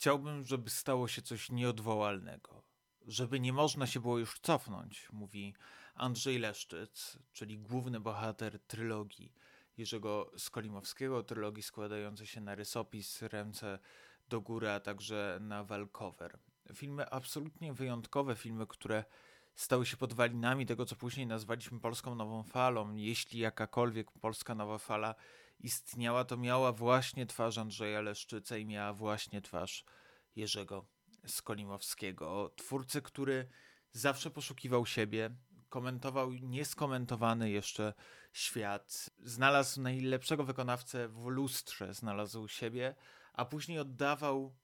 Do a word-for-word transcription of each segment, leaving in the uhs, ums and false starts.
Chciałbym, żeby stało się coś nieodwołalnego. Żeby nie można się było już cofnąć, mówi Andrzej Leszczyc, czyli główny bohater trylogii Jerzego Skolimowskiego, trylogii składającej się na rysopis, Ręce do góry, a także na walkover. Filmy absolutnie wyjątkowe, filmy, które stały się podwalinami tego, co później nazwaliśmy polską nową falą. Jeśli jakakolwiek polska nowa fala istniała, to miała właśnie twarz Andrzeja Leszczyca i miała właśnie twarz Jerzego Skolimowskiego. Twórcy, który zawsze poszukiwał siebie, komentował nieskomentowany jeszcze świat, znalazł najlepszego wykonawcę w lustrze, znalazł siebie, a później oddawał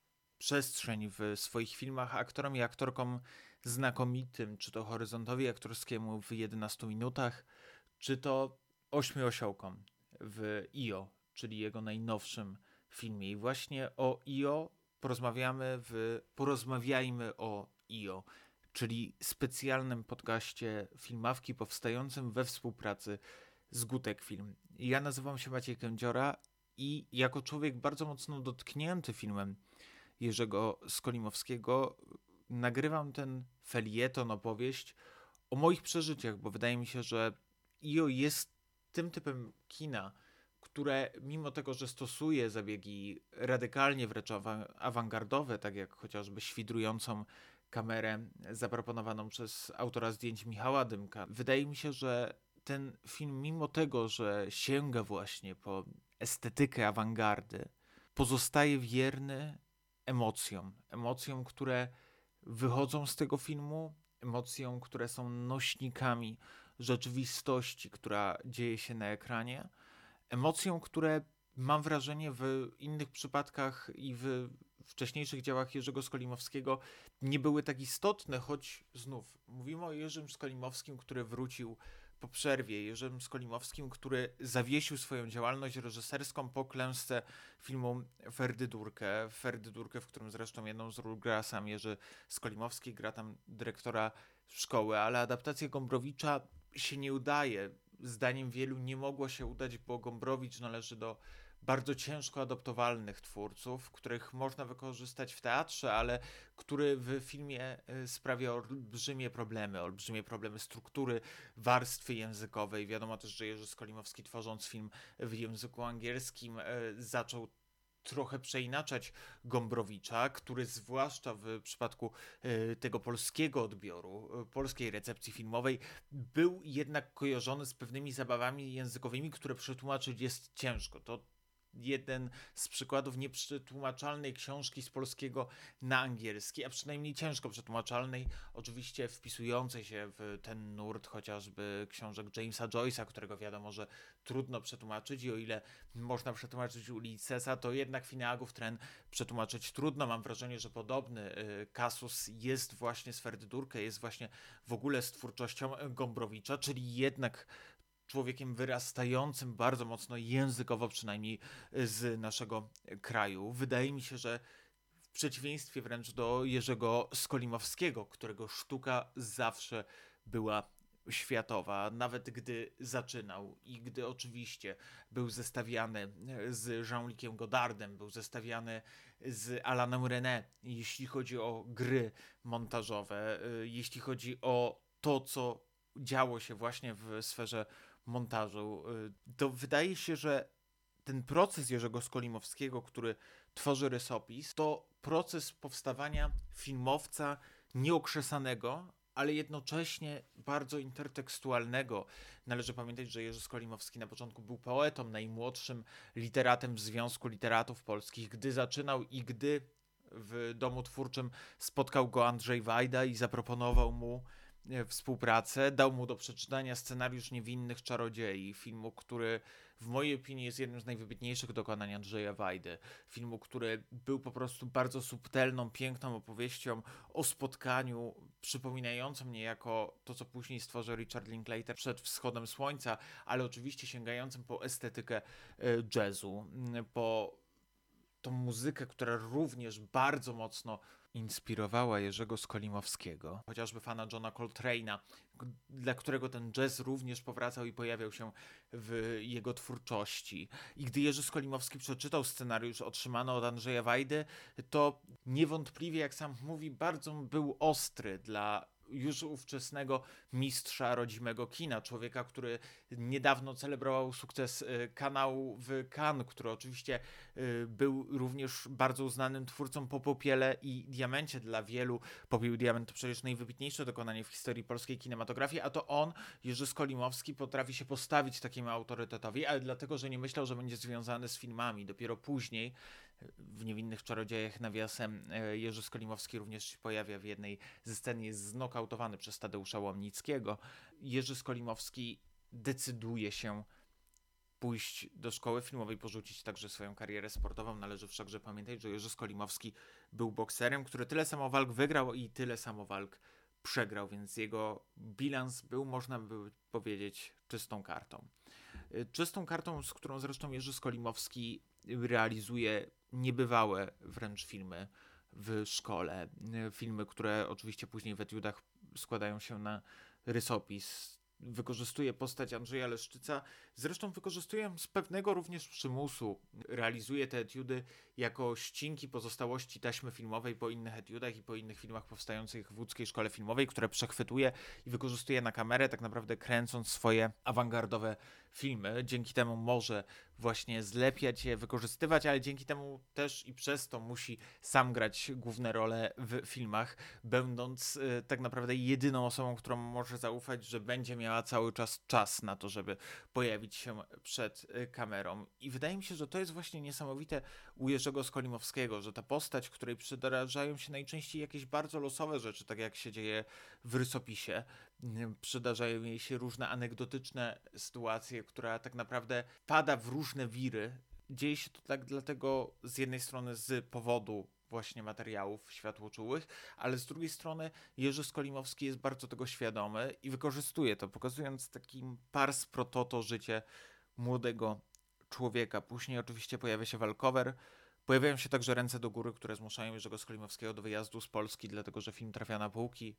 przestrzeń w swoich filmach aktorom i aktorkom znakomitym, czy to horyzontowi aktorskiemu w jedenastu minutach, czy to ośmiu osiołkom w I O, czyli jego najnowszym filmie. I właśnie o I O porozmawiamy w Porozmawiajmy o I O, czyli specjalnym podcaście Filmawki powstającym we współpracy z Gutek Film. Ja nazywam się Maciej Kędziora i jako człowiek bardzo mocno dotknięty filmem Jerzego Skolimowskiego nagrywam ten felieton, opowieść o moich przeżyciach, bo wydaje mi się, że I O jest tym typem kina, które mimo tego, że stosuje zabiegi radykalnie wręcz awangardowe, tak jak chociażby świdrującą kamerę zaproponowaną przez autora zdjęć Michała Dymka, wydaje mi się, że ten film mimo tego, że sięga właśnie po estetykę awangardy, pozostaje wierny emocjom. Emocjom, które wychodzą z tego filmu, emocjom, które są nośnikami rzeczywistości, która dzieje się na ekranie, emocjom, które mam wrażenie w innych przypadkach i w wcześniejszych dziełach Jerzego Skolimowskiego nie były tak istotne, choć znów mówimy o Jerzym Skolimowskim, który wrócił po przerwie, Jerzym Skolimowskim, który zawiesił swoją działalność reżyserską po klęsce filmu Ferdydurkę. Ferdydurkę, w którym zresztą jedną z ról gra sam Jerzy Skolimowski, gra tam dyrektora szkoły, ale adaptacja Gombrowicza się nie udaje. Zdaniem wielu nie mogło się udać, bo Gombrowicz należy do bardzo ciężko adoptowalnych twórców, których można wykorzystać w teatrze, ale który w filmie sprawia olbrzymie problemy, olbrzymie problemy struktury, warstwy językowej. Wiadomo też, że Jerzy Skolimowski, tworząc film w języku angielskim, zaczął trochę przeinaczać Gombrowicza, który zwłaszcza w przypadku tego polskiego odbioru, polskiej recepcji filmowej, był jednak kojarzony z pewnymi zabawami językowymi, które przetłumaczyć jest ciężko. To jeden z przykładów nieprzetłumaczalnej książki z polskiego na angielski, a przynajmniej ciężko przetłumaczalnej, oczywiście wpisującej się w ten nurt chociażby książek Jamesa Joyce'a, którego wiadomo, że trudno przetłumaczyć i o ile można przetłumaczyć Ulyssesa, to jednak Phineagów Tren przetłumaczyć trudno. Mam wrażenie, że podobny kasus jest właśnie z Ferdydurkę, jest właśnie w ogóle z twórczością Gombrowicza, czyli jednak człowiekiem wyrastającym bardzo mocno językowo, przynajmniej z naszego kraju. Wydaje mi się, że w przeciwieństwie wręcz do Jerzego Skolimowskiego, którego sztuka zawsze była światowa, nawet gdy zaczynał i gdy oczywiście był zestawiany z Jean-Luciem Godardem, był zestawiany z Alanem René, jeśli chodzi o gry montażowe, jeśli chodzi o to, co działo się właśnie w sferze montażu, to wydaje się, że ten proces Jerzego Skolimowskiego, który tworzy rysopis, to proces powstawania filmowca nieokrzesanego, ale jednocześnie bardzo intertekstualnego. Należy pamiętać, że Jerzy Skolimowski na początku był poetą, najmłodszym literatem w Związku Literatów Polskich. Gdy zaczynał i gdy w domu twórczym spotkał go Andrzej Wajda i zaproponował mu współpracę, dał mu do przeczytania scenariusz Niewinnych Czarodziei, filmu, który w mojej opinii jest jednym z najwybitniejszych dokonań Andrzeja Wajdy. Filmu, który był po prostu bardzo subtelną, piękną opowieścią o spotkaniu, przypominającym niejako to, co później stworzył Richard Linklater przed wschodem słońca, ale oczywiście sięgającym po estetykę jazzu, po tą muzykę, która również bardzo mocno inspirowała Jerzego Skolimowskiego, chociażby fana Johna Coltrane'a, dla którego ten jazz również powracał i pojawiał się w jego twórczości. I gdy Jerzy Skolimowski przeczytał scenariusz otrzymany od Andrzeja Wajdy, to niewątpliwie, jak sam mówi, bardzo był ostry dla już ówczesnego mistrza rodzimego kina, człowieka, który niedawno celebrował sukces kanału w Cannes, który oczywiście był również bardzo uznanym twórcą po Popiele i Diamencie dla wielu. Popiół i Diament to przecież najwybitniejsze dokonanie w historii polskiej kinematografii, a to on, Jerzy Skolimowski, potrafi się postawić takiemu autorytetowi, ale dlatego, że nie myślał, że będzie związany z filmami. Dopiero później w Niewinnych Czarodziejach, nawiasem, Jerzy Skolimowski również się pojawia w jednej ze scen, jest znokautowany przez Tadeusza Łomnickiego. Jerzy Skolimowski decyduje się pójść do szkoły filmowej, porzucić także swoją karierę sportową. Należy wszakże pamiętać, że Jerzy Skolimowski był bokserem, który tyle samo walk wygrał i tyle samo walk przegrał, więc jego bilans był, można by powiedzieć, czystą kartą. Czystą kartą, z którą zresztą Jerzy Skolimowski realizuje niebywałe wręcz filmy w szkole. Filmy, które oczywiście później w etiudach składają się na rysopis. Wykorzystuje postać Andrzeja Leszczyca, zresztą wykorzystuje ją z pewnego również przymusu. Realizuje te etiudy jako ścinki pozostałości taśmy filmowej po innych etiudach i po innych filmach powstających w łódzkiej szkole filmowej, które przechwytuje i wykorzystuje na kamerę, tak naprawdę kręcąc swoje awangardowe filmy. Dzięki temu może właśnie zlepiać je, wykorzystywać, ale dzięki temu też i przez to musi sam grać główne role w filmach, będąc y, tak naprawdę jedyną osobą, którą może zaufać, że będzie miała cały czas czas na to, żeby pojawić się przed y, kamerą. I wydaje mi się, że to jest właśnie niesamowite u Jerzego Skolimowskiego, że ta postać, której przydarzają się najczęściej jakieś bardzo losowe rzeczy, tak jak się dzieje w rysopisie, przydarzają jej się różne anegdotyczne sytuacje, która tak naprawdę pada w różne wiry. Dzieje się to tak dlatego z jednej strony z powodu właśnie materiałów światłoczułych, ale z drugiej strony Jerzy Skolimowski jest bardzo tego świadomy i wykorzystuje to, pokazując takim pars pro toto życie młodego człowieka. Później oczywiście pojawia się walkover. Pojawiają się także Ręce do góry, które zmuszają Jerzego Skolimowskiego do wyjazdu z Polski, dlatego że film trafia na półki.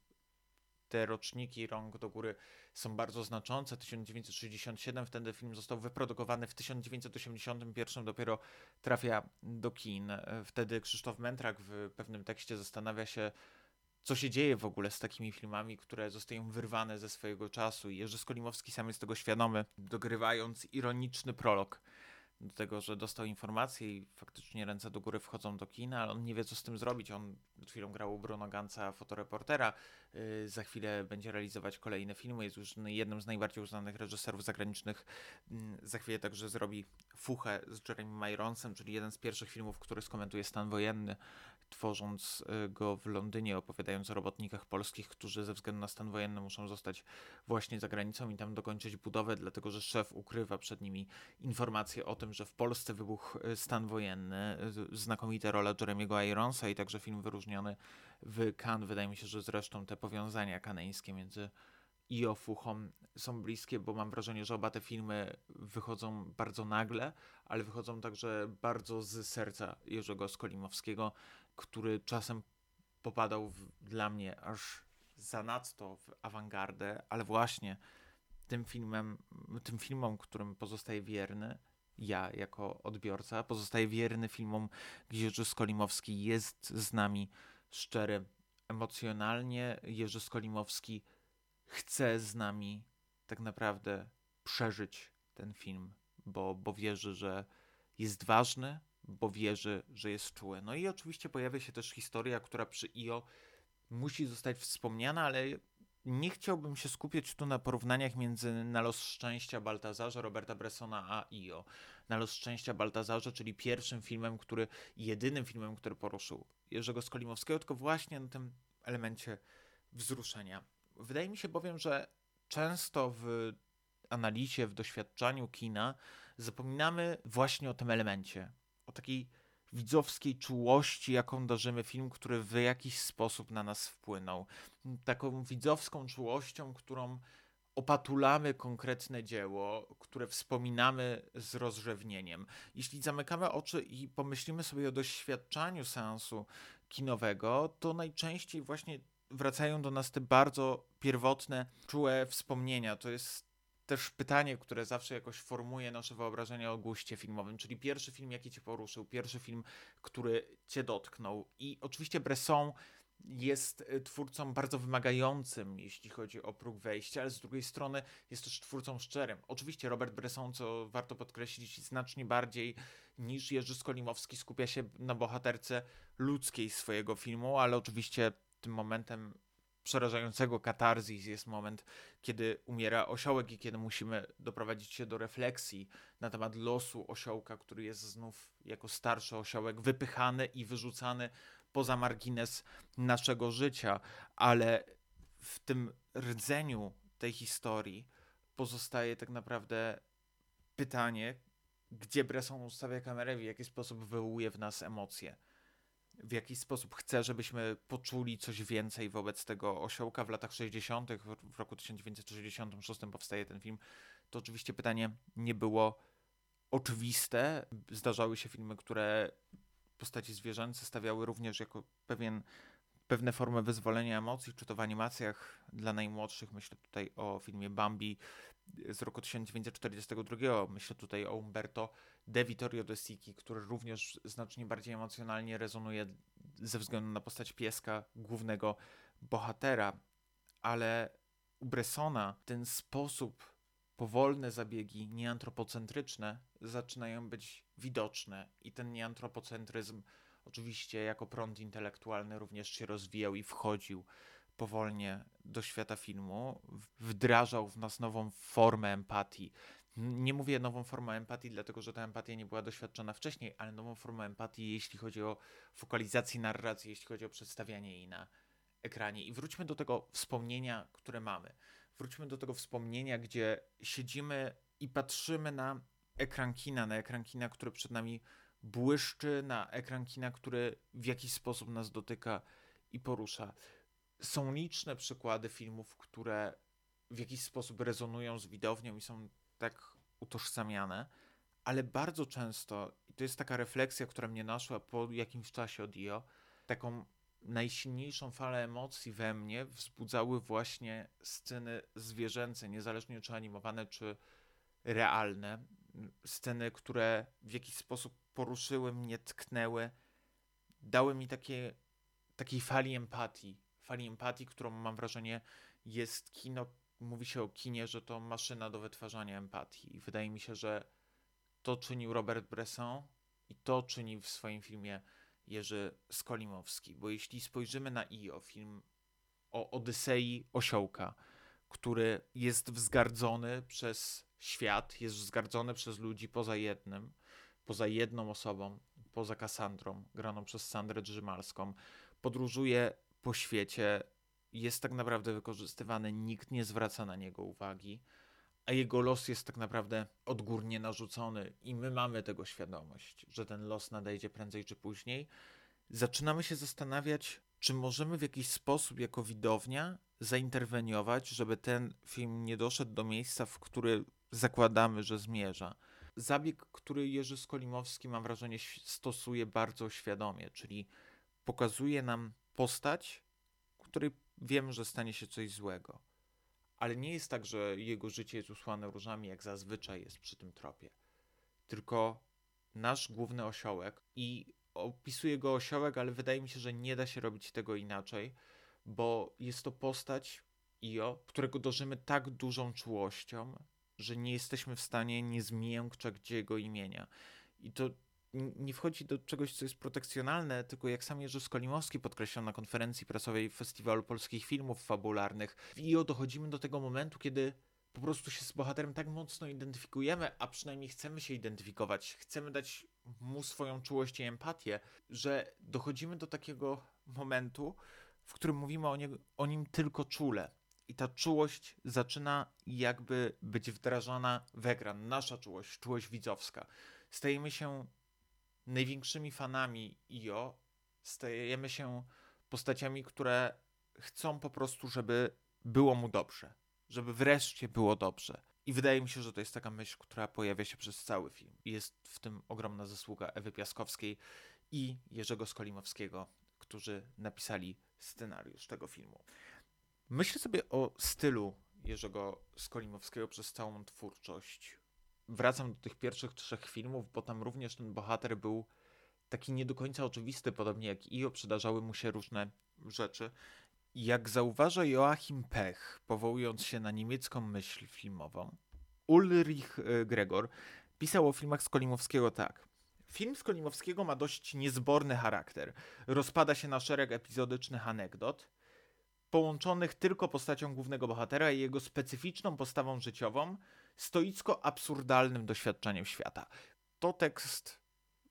Te roczniki Rąk do góry są bardzo znaczące. tysiąc dziewięćset sześćdziesiąty siódmy, wtedy film został wyprodukowany, w tysiąc dziewięćset osiemdziesiątym pierwszym dopiero trafia do kin. Wtedy Krzysztof Mentrak w pewnym tekście zastanawia się, co się dzieje w ogóle z takimi filmami, które zostają wyrwane ze swojego czasu. I Jerzy Skolimowski sam jest tego świadomy, dogrywając ironiczny prolog do tego, że dostał informację i faktycznie Ręce do góry wchodzą do kina, ale on nie wie, co z tym zrobić. On przed chwilą grał u Bruno Ganza, fotoreportera, yy, za chwilę będzie realizować kolejne filmy, jest już jednym z najbardziej uznanych reżyserów zagranicznych. Yy, za chwilę także zrobi Fuchę z Jeremy Ironsem, czyli jeden z pierwszych filmów, który skomentuje stan wojenny, tworząc go w Londynie, opowiadając o robotnikach polskich, którzy ze względu na stan wojenny muszą zostać właśnie za granicą i tam dokończyć budowę, dlatego że szef ukrywa przed nimi informacje o tym, że w Polsce wybuchł stan wojenny. Znakomita rola Jeremiego Ironsa i także film wyróżniony w Cannes. Wydaje mi się, że zresztą te powiązania kaneńskie między i o Fuchą są bliskie, bo mam wrażenie, że oba te filmy wychodzą bardzo nagle, ale wychodzą także bardzo z serca Jerzego Skolimowskiego, który czasem popadał w, dla mnie aż zanadto w awangardę, ale właśnie tym filmem, tym filmom, którym pozostaje wierny, ja jako odbiorca, pozostaje wierny filmom, gdzie Jerzy Skolimowski jest z nami szczery emocjonalnie. Jerzy Skolimowski chce z nami tak naprawdę przeżyć ten film, bo, bo wierzy, że jest ważny, bo wierzy, że jest czuły. No i oczywiście pojawia się też historia, która przy I O musi zostać wspomniana, ale nie chciałbym się skupiać tu na porównaniach między Na los szczęścia Baltazarza Roberta Bressona a I O. Na los szczęścia Baltazarza, czyli pierwszym filmem, który, jedynym filmem, który poruszył Jerzego Skolimowskiego, tylko właśnie na tym elemencie wzruszenia. Wydaje mi się bowiem, że często w analizie, w doświadczaniu kina zapominamy właśnie o tym elemencie, o takiej widzowskiej czułości, jaką darzymy film, który w jakiś sposób na nas wpłynął. Taką widzowską czułością, którą opatulamy konkretne dzieło, które wspominamy z rozrzewnieniem. Jeśli zamykamy oczy i pomyślimy sobie o doświadczaniu seansu kinowego, to najczęściej właśnie wracają do nas te bardzo pierwotne, czułe wspomnienia. To jest też pytanie, które zawsze jakoś formuje nasze wyobrażenia o guście filmowym, czyli pierwszy film, jaki cię poruszył, pierwszy film, który cię dotknął. I oczywiście Bresson jest twórcą bardzo wymagającym, jeśli chodzi o próg wejścia, ale z drugiej strony jest też twórcą szczerym. Oczywiście Robert Bresson, co warto podkreślić, znacznie bardziej niż Jerzy Skolimowski skupia się na bohaterce ludzkiej swojego filmu, ale oczywiście tym momentem przerażającego katarzis jest moment, kiedy umiera osiołek i kiedy musimy doprowadzić się do refleksji na temat losu osiołka, który jest znów jako starszy osiołek wypychany i wyrzucany poza margines naszego życia, ale w tym rdzeniu tej historii pozostaje tak naprawdę pytanie, gdzie Bresson ustawia kamerę, w jaki sposób wywołuje w nas emocje. W jaki sposób chce, żebyśmy poczuli coś więcej wobec tego osiołka w latach sześćdziesiątych. W roku tysiąc dziewięćset sześćdziesiątym szóstym powstaje ten film. To oczywiście pytanie nie było oczywiste. Zdarzały się filmy, które postaci zwierzęce stawiały również jako pewien, pewne formy wyzwolenia emocji, czy to w animacjach dla najmłodszych. Myślę tutaj o filmie Bambi z roku tysiąc dziewięćset czterdziestego drugiego. Myślę tutaj o Umberto De Vittorio De Sichi, który również znacznie bardziej emocjonalnie rezonuje ze względu na postać pieska, głównego bohatera. Ale u Bressona ten sposób, powolne zabiegi nieantropocentryczne zaczynają być widoczne i ten nieantropocentryzm oczywiście jako prąd intelektualny również się rozwijał i wchodził powolnie do świata filmu, wdrażał w nas nową formę empatii. Nie mówię nową formę empatii, dlatego że ta empatia nie była doświadczona wcześniej, ale nową formę empatii, jeśli chodzi o fokalizację narracji, jeśli chodzi o przedstawianie jej na ekranie. I wróćmy do tego wspomnienia, które mamy. Wróćmy do tego wspomnienia, gdzie siedzimy i patrzymy na ekran kina, na ekran kina, który przed nami błyszczy, na ekran kina, który w jakiś sposób nas dotyka i porusza. Są liczne przykłady filmów, które w jakiś sposób rezonują z widownią i są tak utożsamiane, ale bardzo często, i to jest taka refleksja, która mnie naszła po jakimś czasie od I O, taką najsilniejszą falę emocji we mnie wzbudzały właśnie sceny zwierzęce, niezależnie czy animowane, czy realne. Sceny, które w jakiś sposób poruszyły mnie, tknęły, dały mi takie, takiej fali empatii. Fali empatii, którą mam wrażenie jest kino, mówi się o kinie, że to maszyna do wytwarzania empatii. I wydaje mi się, że to czynił Robert Bresson i to czyni w swoim filmie Jerzy Skolimowski. Bo jeśli spojrzymy na I O, film o Odysei osiołka, który jest wzgardzony przez świat, jest wzgardzony przez ludzi poza jednym, poza jedną osobą, poza Kassandrą, graną przez Sandrę Drzymalską, podróżuje po świecie, jest tak naprawdę wykorzystywany, nikt nie zwraca na niego uwagi, a jego los jest tak naprawdę odgórnie narzucony i my mamy tego świadomość, że ten los nadejdzie prędzej czy później. Zaczynamy się zastanawiać, czy możemy w jakiś sposób jako widownia zainterweniować, żeby ten film nie doszedł do miejsca, w który zakładamy, że zmierza. Zabieg, który Jerzy Skolimowski, mam wrażenie, stosuje bardzo świadomie, czyli pokazuje nam postać, której wiemy, że stanie się coś złego. Ale nie jest tak, że jego życie jest usłane różami, jak zazwyczaj jest przy tym tropie. Tylko nasz główny osiołek, i opisuje go osiołek, ale wydaje mi się, że nie da się robić tego inaczej, bo jest to postać I O, którego dążymy tak dużą czułością, że nie jesteśmy w stanie nie zmiękczać jego imienia. I to nie wchodzi do czegoś, co jest protekcjonalne, tylko jak sam Jerzy Skolimowski podkreślał na konferencji prasowej Festiwalu Polskich Filmów Fabularnych, w I O dochodzimy do tego momentu, kiedy po prostu się z bohaterem tak mocno identyfikujemy, a przynajmniej chcemy się identyfikować, chcemy dać mu swoją czułość i empatię, że dochodzimy do takiego momentu, w którym mówimy o, nie, o nim tylko czule. I ta czułość zaczyna jakby być wdrażana w ekran. Nasza czułość, czułość widzowska. Stajemy się największymi fanami I O, stajemy się postaciami, które chcą po prostu, żeby było mu dobrze. Żeby wreszcie było dobrze. I wydaje mi się, że to jest taka myśl, która pojawia się przez cały film. I jest w tym ogromna zasługa Ewy Piaskowskiej i Jerzego Skolimowskiego, którzy napisali scenariusz tego filmu. Myślę sobie o stylu Jerzego Skolimowskiego przez całą twórczość. Wracam do tych pierwszych trzech filmów, bo tam również ten bohater był taki nie do końca oczywisty, podobnie jak Io, przydarzały mu się różne rzeczy. Jak zauważa Joachim Pech, powołując się na niemiecką myśl filmową, Ulrich Gregor pisał o filmach Skolimowskiego tak. Film Skolimowskiego ma dość niezborny charakter. Rozpada się na szereg epizodycznych anegdot, połączonych tylko postacią głównego bohatera i jego specyficzną postawą życiową, stoicko-absurdalnym doświadczeniem świata. To tekst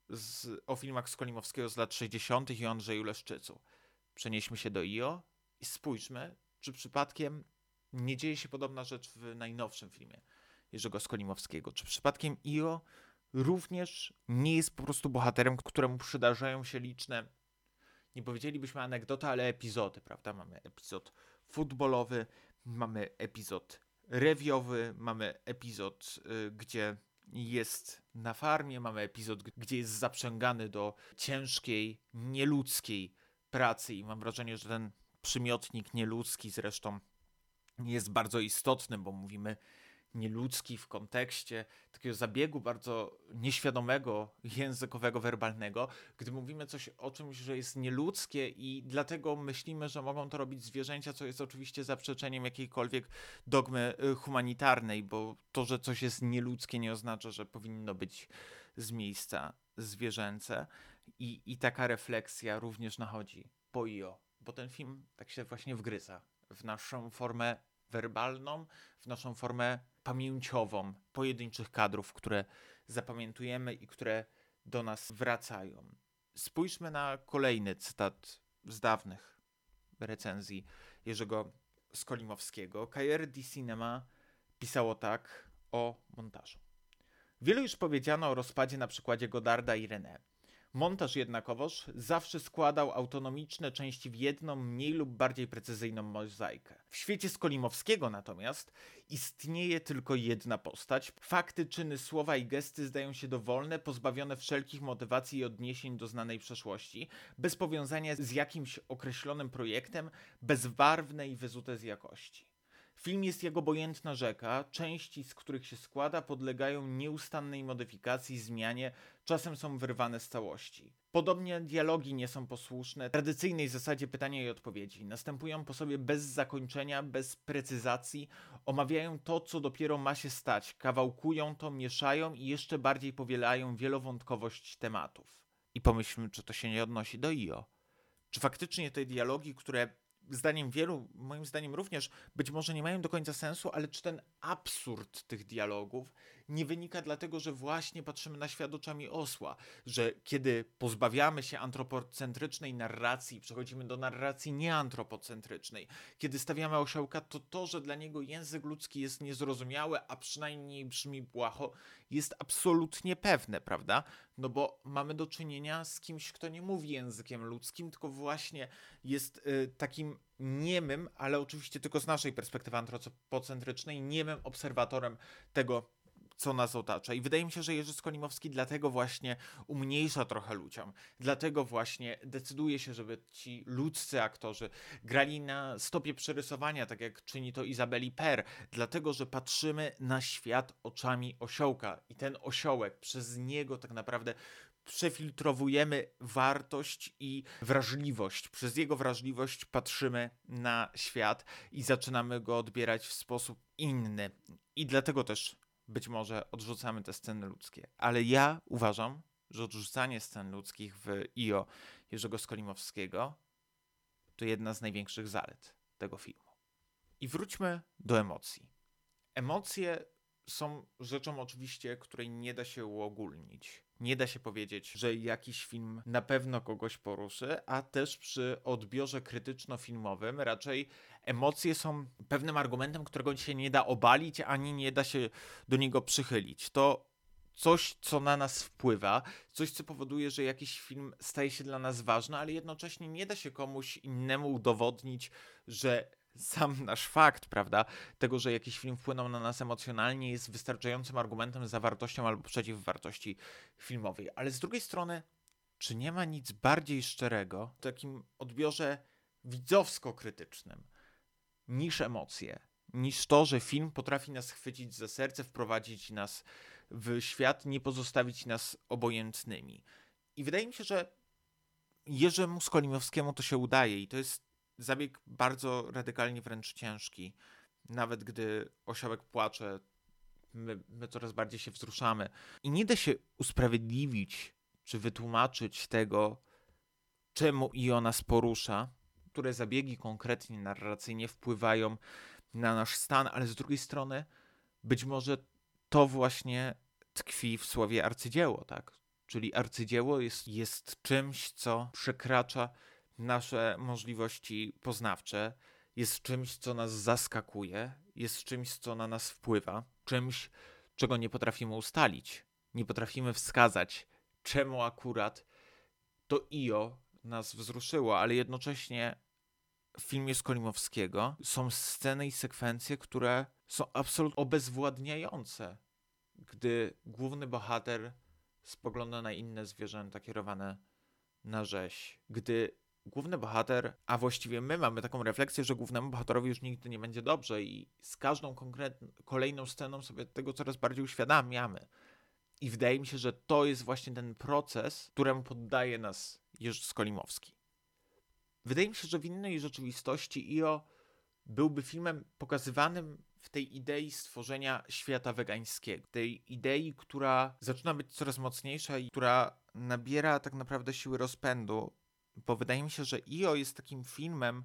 z, o filmach Skolimowskiego z lat sześćdziesiątych i o Andrzeju Leszczycu. Przenieśmy się do Io i spójrzmy, czy przypadkiem nie dzieje się podobna rzecz w najnowszym filmie Jerzego Skolimowskiego. Czy przypadkiem Io również nie jest po prostu bohaterem, któremu przydarzają się liczne, nie powiedzielibyśmy anegdoty, ale epizody, prawda? Mamy epizod futbolowy, mamy epizod rewiowy, mamy epizod, y, gdzie jest na farmie, mamy epizod, gdzie jest zaprzęgany do ciężkiej, nieludzkiej pracy i mam wrażenie, że ten przymiotnik nieludzki zresztą jest bardzo istotny, bo mówimy nieludzki w kontekście takiego zabiegu bardzo nieświadomego, językowego, werbalnego, gdy mówimy coś o czymś, że jest nieludzkie i dlatego myślimy, że mogą to robić zwierzęcia, co jest oczywiście zaprzeczeniem jakiejkolwiek dogmy humanitarnej, bo to, że coś jest nieludzkie, nie oznacza, że powinno być z miejsca zwierzęce i, i taka refleksja również nachodzi po Io, bo ten film tak się właśnie wgryza w naszą formę werbalną, w naszą formę pamięciową pojedynczych kadrów, które zapamiętujemy i które do nas wracają. Spójrzmy na kolejny cytat z dawnych recenzji Jerzego Skolimowskiego. K R D Cinema pisało tak o montażu. Wiele już powiedziano o rozpadzie na przykładzie Godarda i René. Montaż jednakowoż zawsze składał autonomiczne części w jedną, mniej lub bardziej precyzyjną mozaikę. W świecie Skolimowskiego natomiast istnieje tylko jedna postać. Fakty, czyny, słowa i gesty zdają się dowolne, pozbawione wszelkich motywacji i odniesień do znanej przeszłości, bez powiązania z jakimś określonym projektem, bezbarwne i wyzute z jakości. Film jest jak obojętna rzeka, części, z których się składa, podlegają nieustannej modyfikacji, zmianie, czasem są wyrwane z całości. Podobnie dialogi nie są posłuszne tradycyjnej zasadzie pytania i odpowiedzi. Następują po sobie bez zakończenia, bez precyzacji, omawiają to, co dopiero ma się stać, kawałkują to, mieszają i jeszcze bardziej powielają wielowątkowość tematów. I pomyślmy, czy to się nie odnosi do Io. Czy faktycznie te dialogi, które zdaniem wielu, moim zdaniem również, być może nie mają do końca sensu, ale czy ten absurd tych dialogów nie wynika dlatego, że właśnie patrzymy na świat oczami osła, że kiedy pozbawiamy się antropocentrycznej narracji i przechodzimy do narracji nieantropocentrycznej, kiedy stawiamy osiołka, to to, że dla niego język ludzki jest niezrozumiały, a przynajmniej brzmi błaho, jest absolutnie pewne, prawda? No bo mamy do czynienia z kimś, kto nie mówi językiem ludzkim, tylko właśnie jest y, takim niemym, ale oczywiście tylko z naszej perspektywy antropocentrycznej, niemym obserwatorem tego, co nas otacza. I wydaje mi się, że Jerzy Skolimowski dlatego właśnie umniejsza trochę ludziom. Dlatego właśnie decyduje się, żeby ci ludzcy aktorzy grali na stopie przerysowania, tak jak czyni to Izabeli Per. Dlatego, że patrzymy na świat oczami osiołka. I ten osiołek, przez niego tak naprawdę przefiltrowujemy wartość i wrażliwość. Przez jego wrażliwość patrzymy na świat i zaczynamy go odbierać w sposób inny. I dlatego też być może odrzucamy te sceny ludzkie. Ale ja uważam, że odrzucanie scen ludzkich w Io Jerzego Skolimowskiego to jedna z największych zalet tego filmu. I wróćmy do emocji. Emocje są rzeczą oczywiście, której nie da się uogólnić. Nie da się powiedzieć, że jakiś film na pewno kogoś poruszy, a też przy odbiorze krytyczno-filmowym raczej emocje są pewnym argumentem, którego się nie da obalić, ani nie da się do niego przychylić. To coś, co na nas wpływa, coś, co powoduje, że jakiś film staje się dla nas ważny, ale jednocześnie nie da się komuś innemu udowodnić, że sam nasz fakt, prawda, tego, że jakiś film wpłynął na nas emocjonalnie, jest wystarczającym argumentem za wartością albo przeciw wartości filmowej. Ale z drugiej strony czy nie ma nic bardziej szczerego w takim odbiorze widzowsko-krytycznym niż emocje, niż to, że film potrafi nas chwycić za serce, wprowadzić nas w świat, nie pozostawić nas obojętnymi. I wydaje mi się, że Jerzemu Skolimowskiemu to się udaje i to jest zabieg bardzo radykalnie wręcz ciężki. Nawet gdy Osiołek płacze, my, my coraz bardziej się wzruszamy. I nie da się usprawiedliwić czy wytłumaczyć tego, czemu Io nas porusza, które zabiegi konkretnie narracyjnie wpływają na nasz stan, ale z drugiej strony być może to właśnie tkwi w słowie arcydzieło, tak? Czyli arcydzieło jest, jest czymś, co przekracza nasze możliwości poznawcze, jest czymś, co nas zaskakuje, jest czymś, co na nas wpływa, czymś, czego nie potrafimy ustalić. Nie potrafimy wskazać, czemu akurat to Io nas wzruszyło, ale jednocześnie w filmie Skolimowskiego są sceny i sekwencje, które są absolutnie obezwładniające, gdy główny bohater spogląda na inne zwierzęta kierowane na rzeź. Gdy główny bohater, a właściwie my mamy taką refleksję, że głównemu bohaterowi już nigdy nie będzie dobrze i z każdą konkretną, kolejną sceną sobie tego coraz bardziej uświadamiamy. I wydaje mi się, że to jest właśnie ten proces, któremu poddaje nas Jerzy Skolimowski. Wydaje mi się, że w innej rzeczywistości Io byłby filmem pokazywanym w tej idei stworzenia świata wegańskiego. Tej idei, która zaczyna być coraz mocniejsza i która nabiera tak naprawdę siły rozpędu, bo wydaje mi się, że Io jest takim filmem,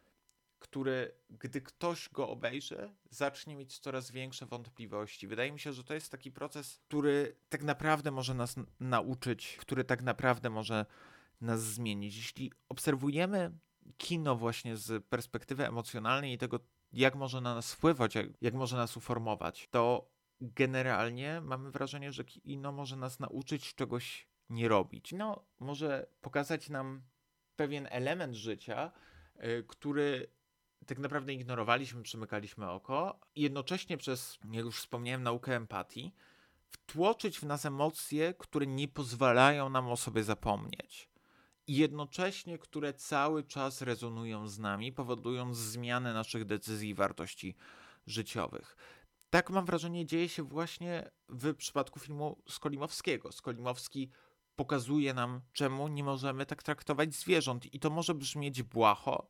który, gdy ktoś go obejrzy, zacznie mieć coraz większe wątpliwości. Wydaje mi się, że to jest taki proces, który tak naprawdę może nas n- nauczyć, który tak naprawdę może nas zmienić. Jeśli obserwujemy kino właśnie z perspektywy emocjonalnej i tego, jak może na nas wpływać, jak, jak może nas uformować, to generalnie mamy wrażenie, że kino może nas nauczyć czegoś nie robić. No, może pokazać nam pewien element życia, yy, który tak naprawdę ignorowaliśmy, przymykaliśmy oko i jednocześnie przez, jak już wspomniałem, naukę empatii, wtłoczyć w nas emocje, które nie pozwalają nam o sobie zapomnieć. I jednocześnie, które cały czas rezonują z nami, powodując zmianę naszych decyzji i wartości życiowych. Tak, mam wrażenie, dzieje się właśnie w przypadku filmu Skolimowskiego. Skolimowski pokazuje nam, czemu nie możemy tak traktować zwierząt. I to może brzmieć błaho,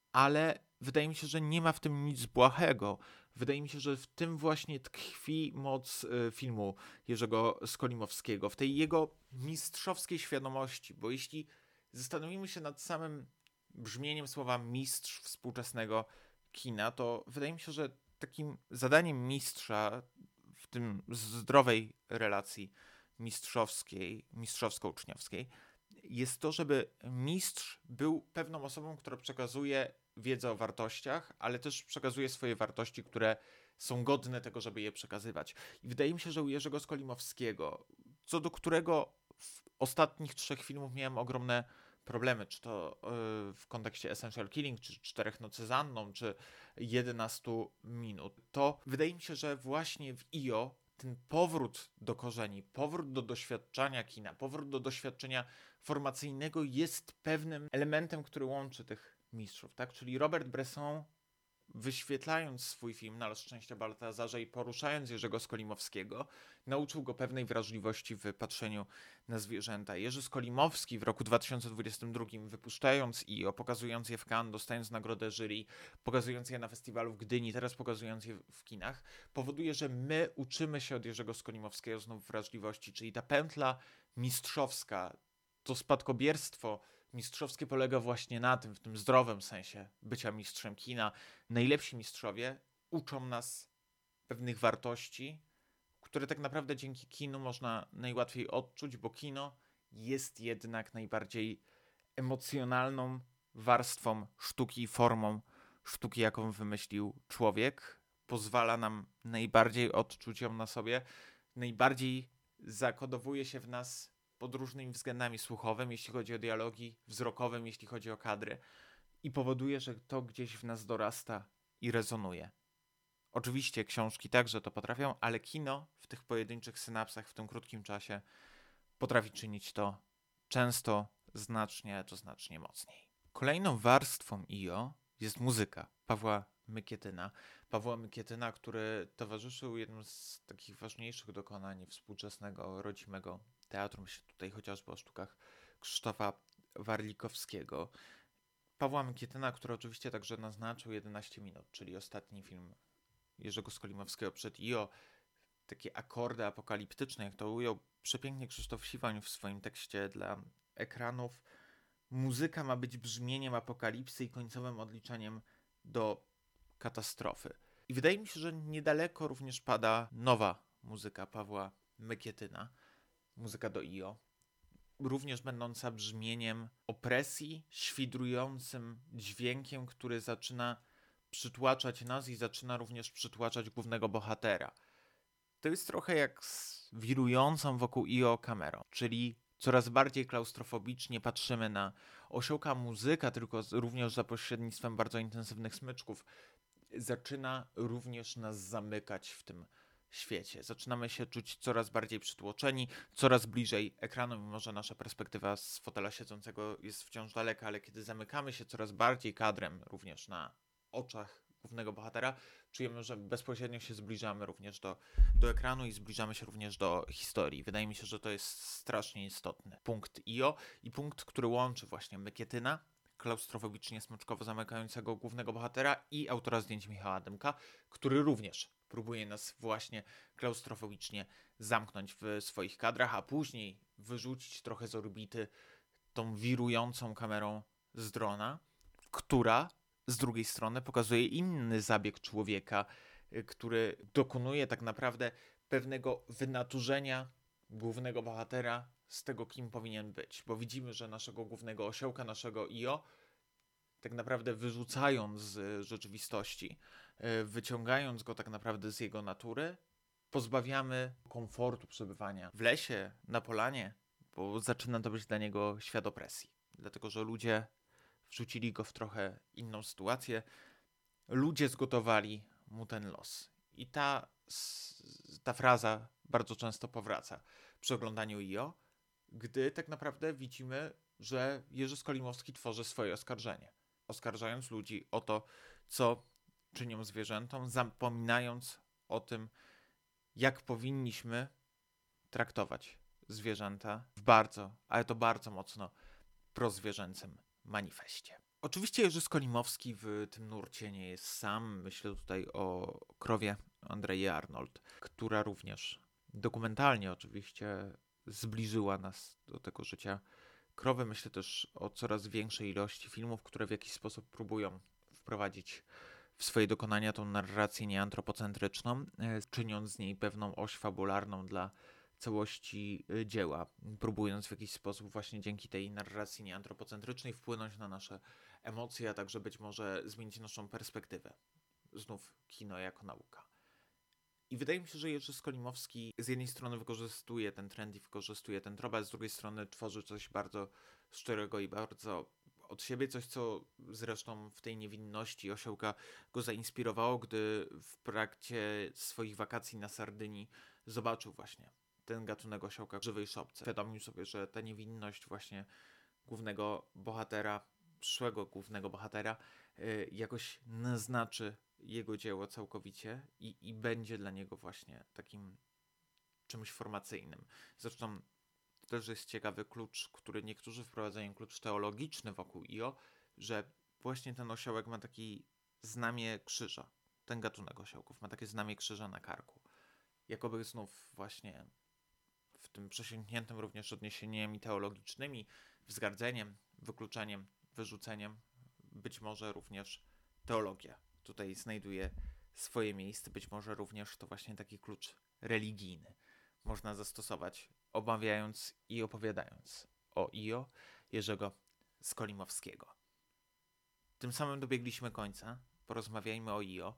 ale wydaje mi się, że nie ma w tym nic błahego. Wydaje mi się, że w tym właśnie tkwi moc y, filmu Jerzego Skolimowskiego, w tej jego mistrzowskiej świadomości, bo jeśli zastanowimy się nad samym brzmieniem słowa mistrz współczesnego kina, to wydaje mi się, że takim zadaniem mistrza w tym zdrowej relacji mistrzowskiej, mistrzowsko-uczniowskiej jest to, żeby mistrz był pewną osobą, która przekazuje wiedzę o wartościach, ale też przekazuje swoje wartości, które są godne tego, żeby je przekazywać. I wydaje mi się, że u Jerzego Skolimowskiego, co do którego w ostatnich trzech filmów miałem ogromne problemy, czy to yy, w kontekście Essential Killing, czy Czterech nocy z Anną, czy jedenastu minut, to wydaje mi się, że właśnie w Io ten powrót do korzeni, powrót do doświadczenia kina, powrót do doświadczenia formacyjnego jest pewnym elementem, który łączy tych mistrzów, tak? Czyli Robert Bresson, wyświetlając swój film Na los szczęścia Baltazarza i poruszając Jerzego Skolimowskiego, nauczył go pewnej wrażliwości w patrzeniu na zwierzęta. Jerzy Skolimowski w roku dwa tysiące dwudziestym drugim, wypuszczając Io, pokazując je w Cannes, dostając nagrodę jury, pokazując je na festiwalu w Gdyni, teraz pokazując je w kinach, powoduje, że my uczymy się od Jerzego Skolimowskiego znów wrażliwości, czyli ta pętla mistrzowska, to spadkobierstwo mistrzowskie polega właśnie na tym, w tym zdrowym sensie bycia mistrzem kina. Najlepsi mistrzowie uczą nas pewnych wartości, które tak naprawdę dzięki kinu można najłatwiej odczuć, bo kino jest jednak najbardziej emocjonalną warstwą sztuki, formą sztuki, jaką wymyślił człowiek. Pozwala nam najbardziej odczuć ją na sobie, najbardziej zakodowuje się w nas pod różnymi względami słuchowym, jeśli chodzi o dialogi, wzrokowym, jeśli chodzi o kadry i powoduje, że to gdzieś w nas dorasta i rezonuje. Oczywiście książki także to potrafią, ale kino w tych pojedynczych synapsach, w tym krótkim czasie potrafi czynić to często znacznie, to znacznie mocniej. Kolejną warstwą I O jest muzyka Pawła Mykietyna. Pawła Mykietyna, który towarzyszył jednym z takich ważniejszych dokonań współczesnego, rodzimego teatru. Myślę tutaj chociażby o sztukach Krzysztofa Warlikowskiego. Pawła Mykietyna, który oczywiście także naznaczył jedenaście minut, czyli ostatni film Jerzego Skolimowskiego przed I O. Takie akordy apokaliptyczne, jak to ujął przepięknie Krzysztof Siwań w swoim tekście dla ekranów. Muzyka ma być brzmieniem apokalipsy i końcowym odliczeniem do katastrofy. I wydaje mi się, że niedaleko również pada nowa muzyka Pawła Mykietyna, muzyka do I O, również będąca brzmieniem opresji, świdrującym dźwiękiem, który zaczyna przytłaczać nas i zaczyna również przytłaczać głównego bohatera. To jest trochę jak z wirującą wokół I O kamerą, czyli coraz bardziej klaustrofobicznie patrzymy na osiołka muzyka, tylko również za pośrednictwem bardzo intensywnych smyczków. Zaczyna również nas zamykać w tym świecie. Zaczynamy się czuć coraz bardziej przytłoczeni, coraz bliżej ekranu, mimo że nasza perspektywa z fotela siedzącego jest wciąż daleka, ale kiedy zamykamy się coraz bardziej kadrem również na oczach głównego bohatera, czujemy, że bezpośrednio się zbliżamy również do, do ekranu i zbliżamy się również do historii. Wydaje mi się, że to jest strasznie istotny punkt I O i punkt, który łączy właśnie Mykietyna, klaustrofobicznie smyczkowo zamykającego głównego bohatera, i autora zdjęć Michała Dymka, który również próbuje nas właśnie klaustrofobicznie zamknąć w swoich kadrach, a później wyrzucić trochę z orbity tą wirującą kamerą z drona, która z drugiej strony pokazuje inny zabieg człowieka, który dokonuje tak naprawdę pewnego wynaturzenia głównego bohatera z tego, kim powinien być. Bo widzimy, że naszego głównego osiołka, naszego I O, tak naprawdę wyrzucając z rzeczywistości, wyciągając go tak naprawdę z jego natury, pozbawiamy komfortu przebywania w lesie, na polanie, bo zaczyna to być dla niego świat opresji. Dlatego, że ludzie wrzucili go w trochę inną sytuację. Ludzie zgotowali mu ten los. I ta, ta fraza bardzo często powraca przy oglądaniu I O, gdy tak naprawdę widzimy, że Jerzy Skolimowski tworzy swoje oskarżenie. Oskarżając ludzi o to, co czynią zwierzętom, zapominając o tym, jak powinniśmy traktować zwierzęta w bardzo, ale to bardzo mocno prozwierzęcym manifestie. Oczywiście Jerzy Skolimowski w tym nurcie nie jest sam. Myślę tutaj o krowie Andrei Arnold, która również dokumentalnie oczywiście zbliżyła nas do tego życia krowy. Myślę też o coraz większej ilości filmów, które w jakiś sposób próbują wprowadzić w swoje dokonania tą narrację nieantropocentryczną, czyniąc z niej pewną oś fabularną dla całości dzieła, próbując w jakiś sposób właśnie dzięki tej narracji nieantropocentrycznej wpłynąć na nasze emocje, a także być może zmienić naszą perspektywę. Znów kino jako nauka. I wydaje mi się, że Jerzy Skolimowski z jednej strony wykorzystuje ten trend i wykorzystuje ten trop, a z drugiej strony tworzy coś bardzo szczerego i bardzo od siebie, coś, co zresztą w tej niewinności osiołka go zainspirowało, gdy w trakcie swoich wakacji na Sardynii zobaczył właśnie ten gatunek osiołka w żywej szopce. Świadomił sobie, że ta niewinność właśnie głównego bohatera, przyszłego głównego bohatera yy, jakoś naznaczy jego dzieło całkowicie i, i będzie dla niego właśnie takim czymś formacyjnym. Zresztą to też jest ciekawy klucz, który niektórzy wprowadzają, klucz teologiczny wokół I O, że właśnie ten osiołek ma taki znamię krzyża. Ten gatunek osiołków ma takie znamię krzyża na karku. Jakoby znów właśnie w tym przesiąkniętym również odniesieniami teologicznymi, wzgardzeniem, wykluczeniem, wyrzuceniem, być może również teologia tutaj znajduje swoje miejsce, być może również to właśnie taki klucz religijny można zastosować, omawiając i opowiadając o I O Jerzego Skolimowskiego. Tym samym dobiegliśmy końca. Porozmawiajmy o I O.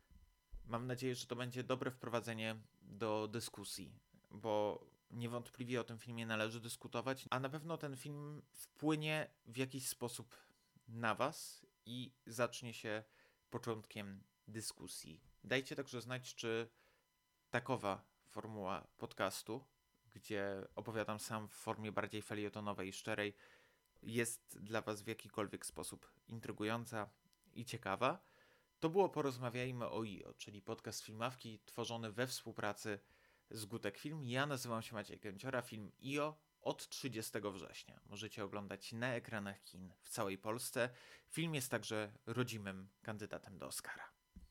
Mam nadzieję, że to będzie dobre wprowadzenie do dyskusji, bo niewątpliwie o tym filmie należy dyskutować, a na pewno ten film wpłynie w jakiś sposób na was i zacznie się początkiem dyskusji. Dajcie także znać, czy takowa formuła podcastu, gdzie opowiadam sam w formie bardziej felietonowej i szczerej, jest dla Was w jakikolwiek sposób intrygująca i ciekawa, to było Porozmawiajmy o I O, czyli podcast Filmawki tworzony we współpracy z Gutek Film. Ja nazywam się Maciej Kęciora. Film I O od trzydziestego września możecie oglądać na ekranach kin w całej Polsce. Film jest także rodzimym kandydatem do Oscara.